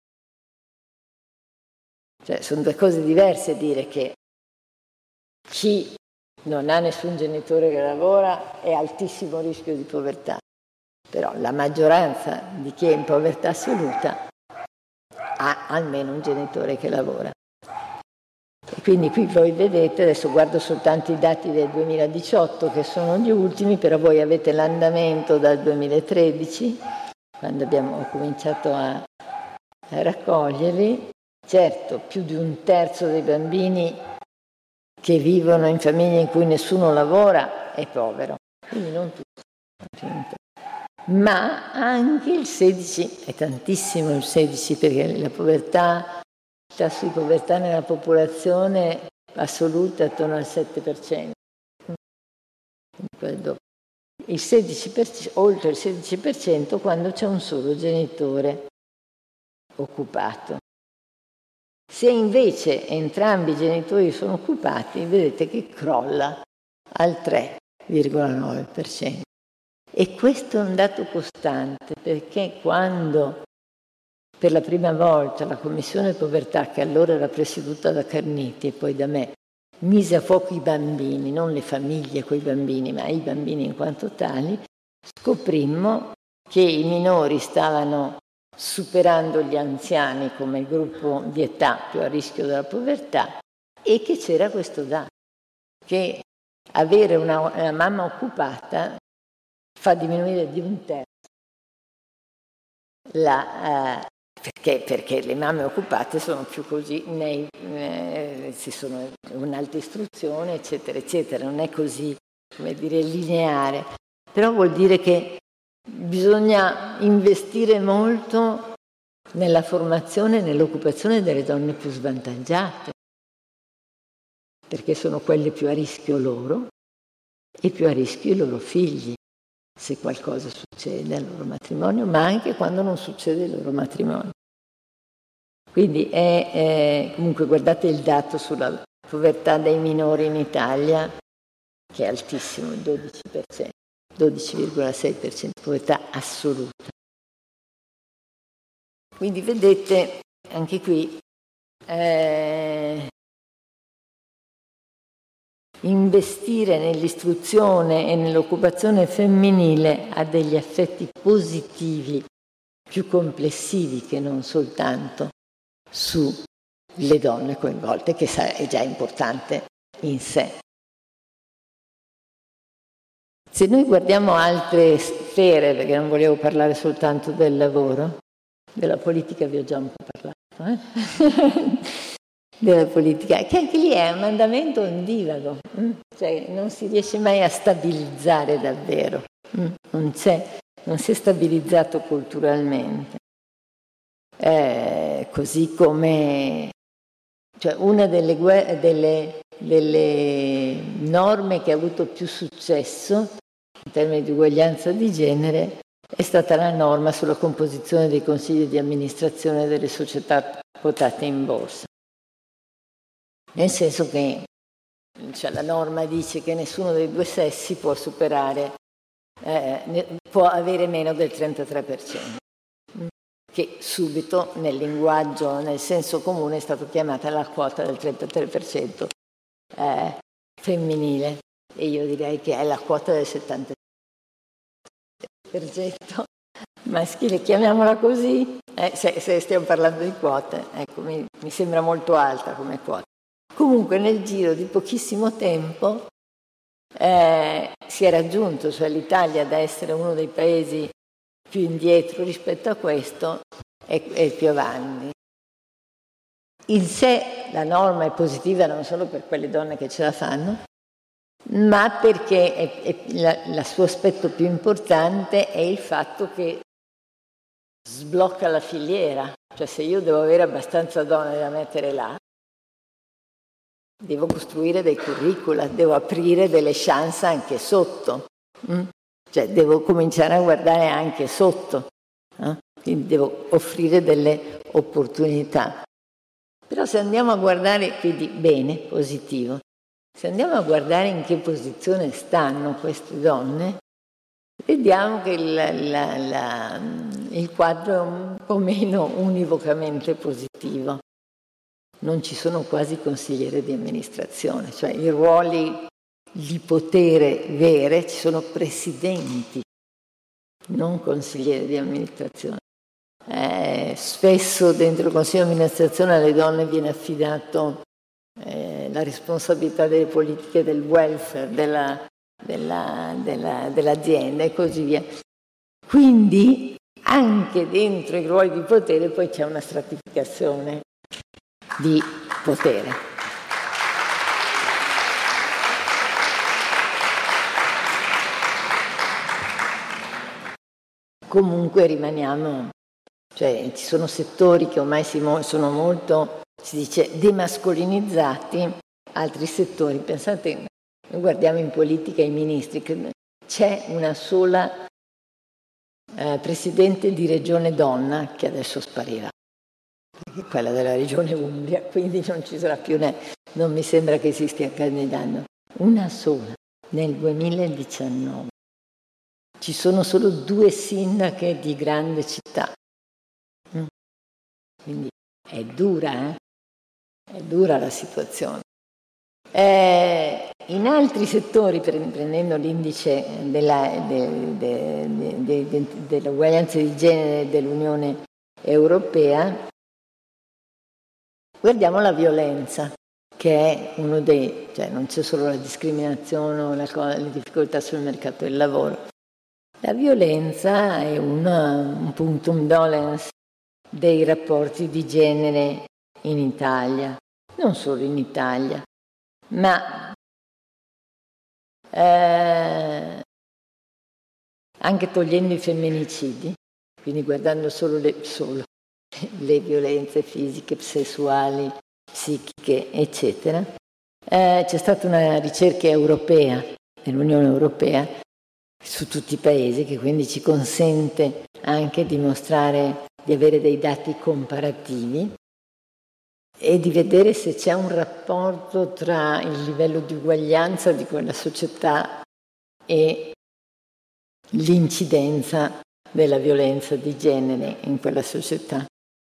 Cioè, sono due cose diverse dire che chi non ha nessun genitore che lavora è altissimo rischio di povertà, però la maggioranza di chi è in povertà assoluta ha almeno un genitore che lavora. E quindi qui voi vedete, adesso guardo soltanto i dati del duemiladiciotto che sono gli ultimi, però voi avete l'andamento dal duemilatredici, quando abbiamo cominciato a, a raccoglierli. Certo, più di un terzo dei bambini che vivono in famiglie in cui nessuno lavora è povero, quindi non tutti, ma anche il sedici, è tantissimo il sedici, perché la povertà, il tasso di povertà nella popolazione assoluta è attorno al sette per cento. il sedici per cento, oltre il sedici per cento quando c'è un solo genitore occupato. Se invece entrambi i genitori sono occupati, vedete che crolla al tre virgola nove per cento. E questo è un dato costante, perché quando per la prima volta la Commissione Povertà, che allora era presieduta da Carniti e poi da me, mise a fuoco i bambini, non le famiglie coi bambini, ma i bambini in quanto tali, scoprimmo che i minori stavano superando gli anziani come il gruppo di età più a rischio della povertà e che c'era questo dato, che avere una, una mamma occupata fa diminuire di un terzo la, eh, perché, perché le mamme occupate sono più così, nei, eh, ci sono un'alta istruzione, eccetera, eccetera, non è così, come dire, lineare, però vuol dire che bisogna investire molto nella formazione e nell'occupazione delle donne più svantaggiate, perché sono quelle più a rischio loro e più a rischio i loro figli, se qualcosa succede al loro matrimonio, ma anche quando non succede il loro matrimonio. Quindi è, è, comunque guardate il dato sulla povertà dei minori in Italia, che è altissimo, il dodici per cento, dodici virgola sei per cento, povertà assoluta. Quindi vedete, anche qui, eh, investire nell'istruzione e nell'occupazione femminile ha degli effetti positivi più complessivi che non soltanto sulle donne coinvolte, che è già importante in sé. Se noi guardiamo altre sfere, perché non volevo parlare soltanto del lavoro, della politica vi ho già un po' parlato, eh? della politica, che anche lì è un andamento ondivago, mm? Cioè non si riesce mai a stabilizzare davvero, mm? non c'è, non si è stabilizzato culturalmente. Eh, così come cioè una delle, delle, delle norme che ha avuto più successo in termini di uguaglianza di genere è stata la norma sulla composizione dei consigli di amministrazione delle società quotate in borsa. Nel senso che cioè, la norma dice che nessuno dei due sessi può superare, eh, può avere meno del trentatré per cento, che subito nel linguaggio, nel senso comune, è stato chiamata la quota del trentatré per cento eh, femminile, e io direi che è la quota del settantasei per cento maschile, chiamiamola così, eh, se, se stiamo parlando di quote, ecco, mi, mi sembra molto alta come quota. Comunque nel giro di pochissimo tempo eh, si è raggiunto, cioè l'Italia da essere uno dei paesi più indietro rispetto a questo è, è più avanti. In sé la norma è positiva non solo per quelle donne che ce la fanno, ma perché è, è la, la suo aspetto più importante è il fatto che sblocca la filiera, cioè se io devo avere abbastanza donne da mettere là, devo costruire dei curricula, devo aprire delle chance anche sotto, mm? Cioè devo cominciare a guardare anche sotto, eh? Quindi devo offrire delle opportunità. Però se andiamo a guardare, quindi bene, positivo, se andiamo a guardare in che posizione stanno queste donne, vediamo che il, la, la, il quadro è un po' meno univocamente positivo. Non ci sono quasi consigliere di amministrazione, cioè i ruoli di potere vere, ci sono presidenti, non consiglieri di amministrazione. Eh, spesso dentro il consiglio di amministrazione alle donne viene affidato eh, la responsabilità delle politiche del welfare, della, della, della, dell'azienda e così via. Quindi anche dentro i ruoli di potere poi c'è una stratificazione di potere. Comunque rimaniamo, cioè ci sono settori che ormai si mo- sono molto, si dice, demascolinizzati, altri settori, pensate, noi guardiamo in politica i ministri, che c'è una sola eh, presidente di regione donna che adesso sparirà, perché è quella della regione Umbria, quindi non ci sarà più, ne, non mi sembra che si stia candidando. Una sola, nel duemiladiciannove. Ci sono solo due sindache di grande città. Quindi è dura, eh? È dura la situazione. Eh, in altri settori, prendendo l'indice della, de, de, de, de, dell'uguaglianza di genere dell'Unione Europea, guardiamo la violenza, che è uno dei, cioè non c'è solo la discriminazione o la, le difficoltà sul mercato del lavoro. La violenza è una, un puntum dolens dei rapporti di genere in Italia, non solo in Italia, ma eh, anche togliendo i femminicidi, quindi guardando solo le, solo le violenze fisiche, sessuali, psichiche, eccetera. Eh, c'è stata una ricerca europea, dell'Unione Europea, su tutti i paesi, che quindi ci consente anche di mostrare, di avere dei dati comparativi e di vedere se c'è un rapporto tra il livello di uguaglianza di quella società e l'incidenza della violenza di genere in quella società.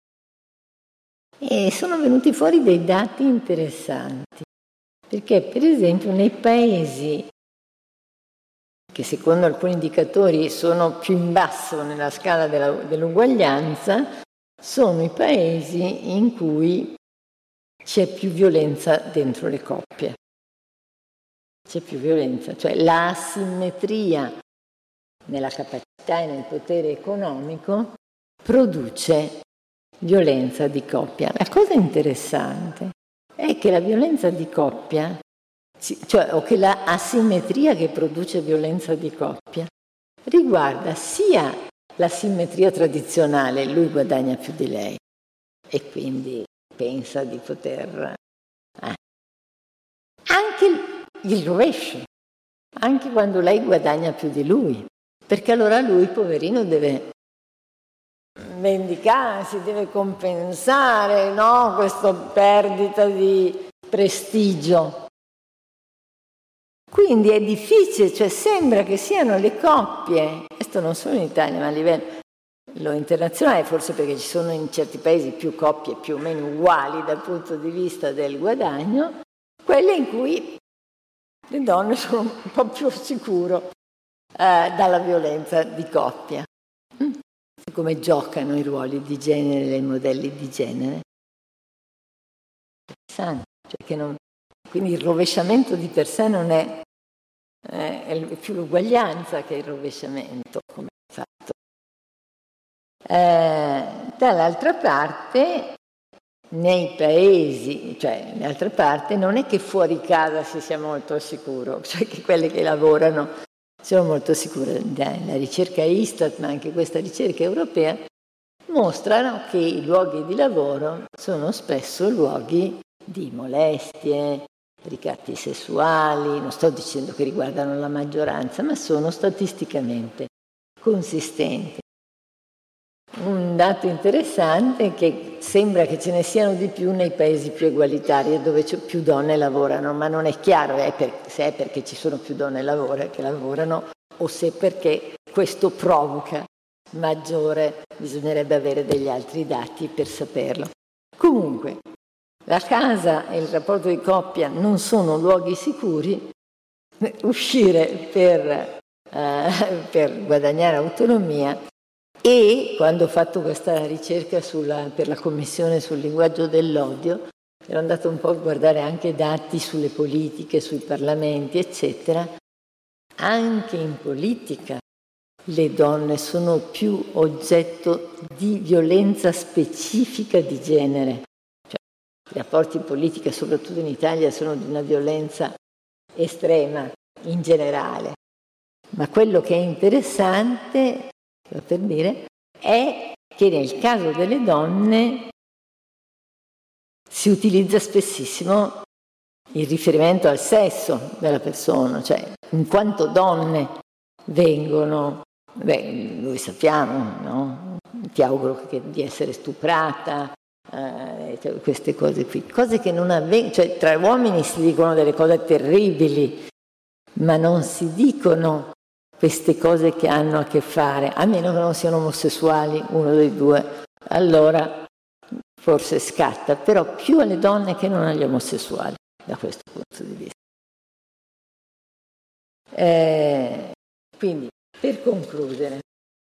E sono venuti fuori dei dati interessanti, perché per esempio nei paesi che secondo alcuni indicatori sono più in basso nella scala della, dell'uguaglianza, sono i paesi in cui c'è più violenza dentro le coppie. C'è più violenza, cioè la asimmetria nella capacità e nel potere economico produce violenza di coppia. La cosa interessante è che la violenza di coppia, cioè o che la asimmetria che produce violenza di coppia, riguarda sia la simmetria tradizionale, lui guadagna più di lei e quindi pensa di poter... Eh. Anche il, il rovescio, anche quando lei guadagna più di lui, perché allora lui, poverino, deve vendicarsi, deve compensare, no? Questa perdita di prestigio. Quindi è difficile, cioè sembra che siano le coppie, questo non solo in Italia ma a livello internazionale, forse perché ci sono in certi paesi più coppie più o meno uguali dal punto di vista del guadagno, quelle in cui le donne sono un po' più sicure eh, dalla violenza di coppia. Mm. Come giocano i ruoli di genere e i modelli di genere. Interessante, cioè che non... Quindi il rovesciamento di per sé non è, eh, è più l'uguaglianza che il rovesciamento come fatto. Eh, dall'altra parte, nei paesi, cioè dall'altra parte, non è che fuori casa si sia molto sicuro, cioè che quelle che lavorano siamo molto sicure. La ricerca Istat, ma anche questa ricerca europea, mostrano che i luoghi di lavoro sono spesso luoghi di molestie, ricatti sessuali, non sto dicendo che riguardano la maggioranza, ma sono statisticamente consistenti. Un dato interessante è che sembra che ce ne siano di più nei paesi più egualitari, dove più donne lavorano, ma non è chiaro è per, se è perché ci sono più donne lavora, che lavorano o se perché questo provoca maggiore, bisognerebbe avere degli altri dati per saperlo. Comunque, la casa e il rapporto di coppia non sono luoghi sicuri, uscire per, eh, per guadagnare autonomia. E quando ho fatto questa ricerca sulla, per la commissione sul linguaggio dell'odio, ero andata un po' a guardare anche dati sulle politiche, sui parlamenti, eccetera. Anche in politica le donne sono più oggetto di violenza specifica di genere. Cioè, i rapporti in politica, soprattutto in Italia, sono di una violenza estrema in generale. Ma quello che è interessante, per dire, è che nel caso delle donne si utilizza spessissimo il riferimento al sesso della persona, cioè in quanto donne vengono, beh, noi sappiamo, no? Ti auguro che, di essere stuprata, eh, cioè queste cose qui, cose che non avvengono, cioè tra uomini si dicono delle cose terribili, ma non si dicono queste cose che hanno a che fare, a meno che non siano omosessuali, uno dei due, allora forse scatta, però più alle donne che non agli omosessuali, da questo punto di vista. Eh, quindi, per concludere,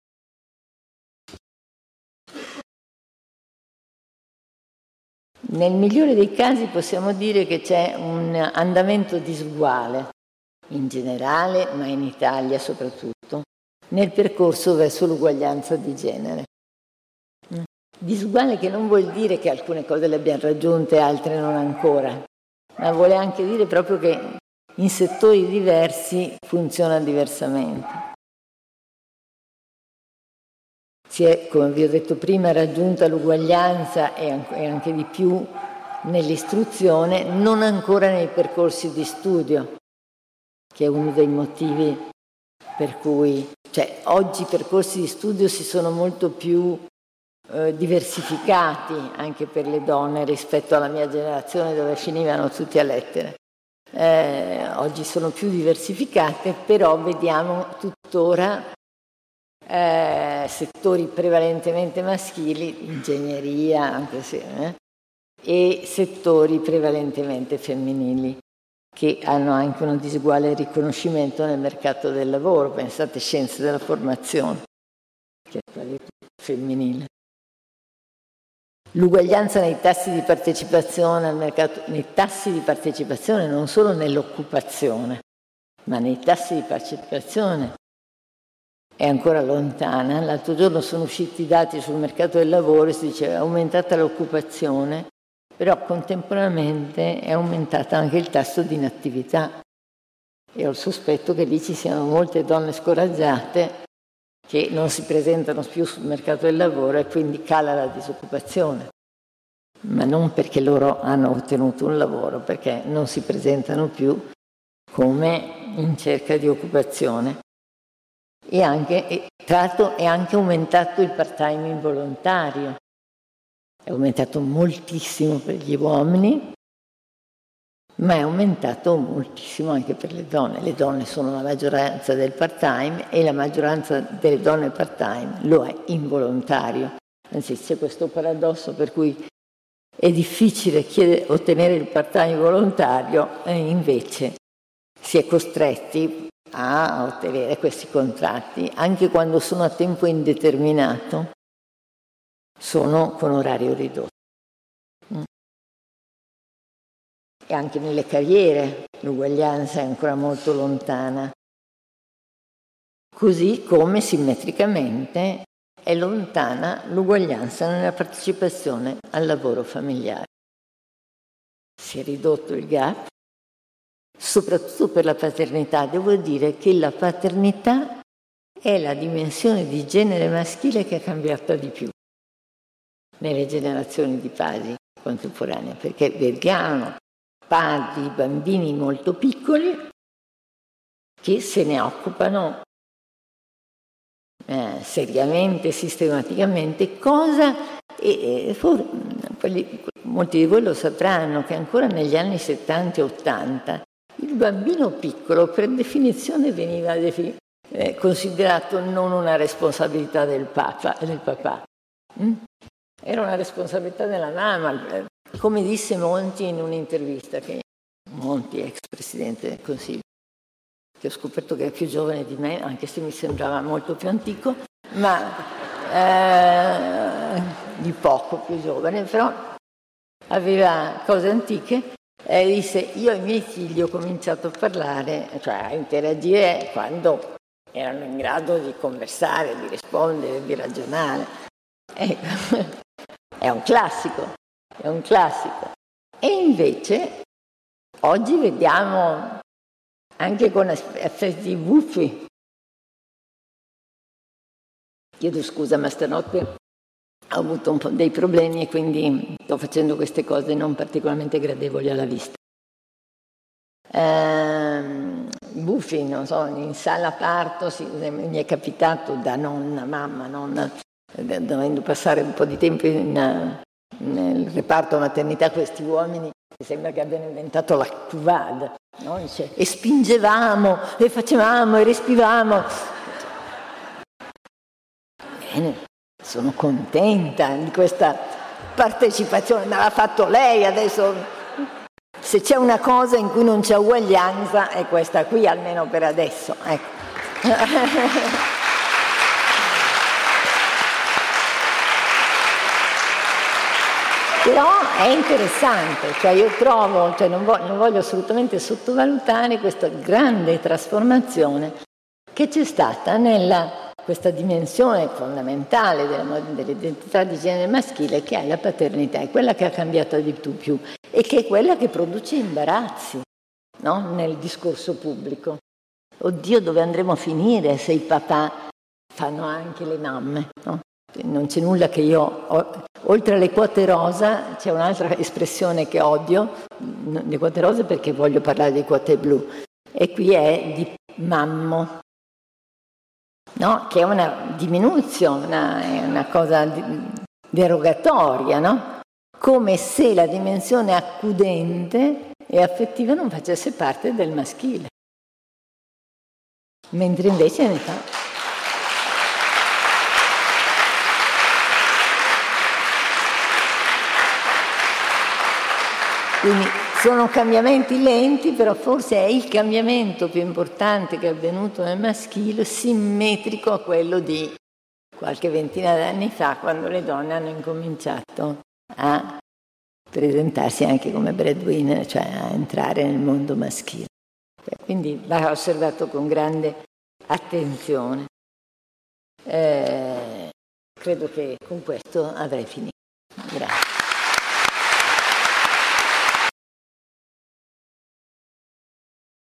nel migliore dei casi possiamo dire che c'è un andamento disuguale, in generale, ma in Italia soprattutto, nel percorso verso l'uguaglianza di genere. Disuguale che non vuol dire che alcune cose le abbiamo raggiunte e altre non ancora, ma vuole anche dire proprio che in settori diversi funziona diversamente. Si è, come vi ho detto prima, raggiunta l'uguaglianza e anche di più nell'istruzione, non ancora nei percorsi di studio, che è uno dei motivi per cui, cioè, oggi i percorsi di studio si sono molto più eh, diversificati anche per le donne rispetto alla mia generazione dove finivano tutti a lettere. Eh, oggi sono più diversificate, però vediamo tuttora eh, settori prevalentemente maschili, ingegneria, anche se, eh, e settori prevalentemente femminili, che hanno anche un disuguale riconoscimento nel mercato del lavoro. Pensate, scienze della formazione, che è quasi femminile. L'uguaglianza nei tassi di partecipazione al mercato, nei tassi di partecipazione non solo nell'occupazione, ma nei tassi di partecipazione è ancora lontana. L'altro giorno sono usciti i dati sul mercato del lavoro e si dice che è aumentata l'occupazione, però contemporaneamente è aumentata anche il tasso di inattività e ho il sospetto che lì ci siano molte donne scoraggiate che non si presentano più sul mercato del lavoro e quindi cala la disoccupazione, ma non perché loro hanno ottenuto un lavoro, perché non si presentano più come in cerca di occupazione. E anche, e, tra l'altro è anche aumentato il part-time involontario, è aumentato moltissimo per gli uomini, ma è aumentato moltissimo anche per le donne. Le donne sono la maggioranza del part-time e la maggioranza delle donne part-time lo è involontario. Anzi, c'è questo paradosso per cui è difficile chiedere, ottenere il part-time volontario e invece si è costretti a ottenere questi contratti, anche quando sono a tempo indeterminato, sono con orario ridotto. E anche nelle carriere l'uguaglianza è ancora molto lontana, così come simmetricamente è lontana l'uguaglianza nella partecipazione al lavoro familiare. Si è ridotto il gap, soprattutto per la paternità. Devo dire che la paternità è la dimensione di genere maschile che è cambiata di più nelle generazioni di padri contemporanee, perché vediamo padri, bambini molto piccoli che se ne occupano eh, seriamente, sistematicamente, cosa e, e for, quelli, molti di voi lo sapranno che ancora negli anni settanta e ottanta il bambino piccolo per definizione veniva defi, eh, considerato non una responsabilità del, papa, del papà, mm? Era una responsabilità della mamma. Come disse Monti in un'intervista, che Monti, ex presidente del Consiglio, che ho scoperto che è più giovane di me, anche se mi sembrava molto più antico, ma eh, di poco più giovane, però aveva cose antiche, e disse: io ai miei figli ho cominciato a parlare, cioè a interagire quando erano in grado di conversare, di rispondere, di ragionare. Ecco, è un classico. È un classico. E invece oggi vediamo anche con effetti buffi. Chiedo scusa, ma stanotte ho avuto un po' dei problemi e quindi sto facendo queste cose non particolarmente gradevoli alla vista. Ehm, buffi, non so, in sala parto, sì, mi è capitato da nonna, mamma, nonna, dovendo passare un po' di tempo in, nel reparto maternità, questi uomini, mi sembra che abbiano inventato la cuvade, no? E spingevamo, e facevamo, e respivamo. Bene, sono contenta di questa partecipazione, ma l'ha fatto lei adesso. Se c'è una cosa in cui non c'è uguaglianza è questa qui, almeno per adesso. Ecco. Però è interessante, cioè io trovo, cioè non, voglio, non voglio assolutamente sottovalutare questa grande trasformazione che c'è stata nella questa dimensione fondamentale della, dell'identità di genere maschile, che è la paternità, è quella che ha cambiato di più e che è quella che produce imbarazzi, no? Nel discorso pubblico. Oddio, dove andremo a finire se i papà fanno anche le mamme, no? Non c'è nulla che io ho. Oltre alle quote rosa c'è un'altra espressione che odio, le quote rosa perché voglio parlare di quote blu, e qui è di mammo. No? Che è una diminuzione, una, è una cosa derogatoria, no? Come se la dimensione accudente e affettiva non facesse parte del maschile, mentre invece ne fa. Quindi sono cambiamenti lenti, però forse è il cambiamento più importante che è avvenuto nel maschile, simmetrico a quello di qualche ventina d'anni fa, quando le donne hanno incominciato a presentarsi anche come breadwinner, cioè a entrare nel mondo maschile. Quindi va osservato con grande attenzione. Eh, credo che con questo avrei finito.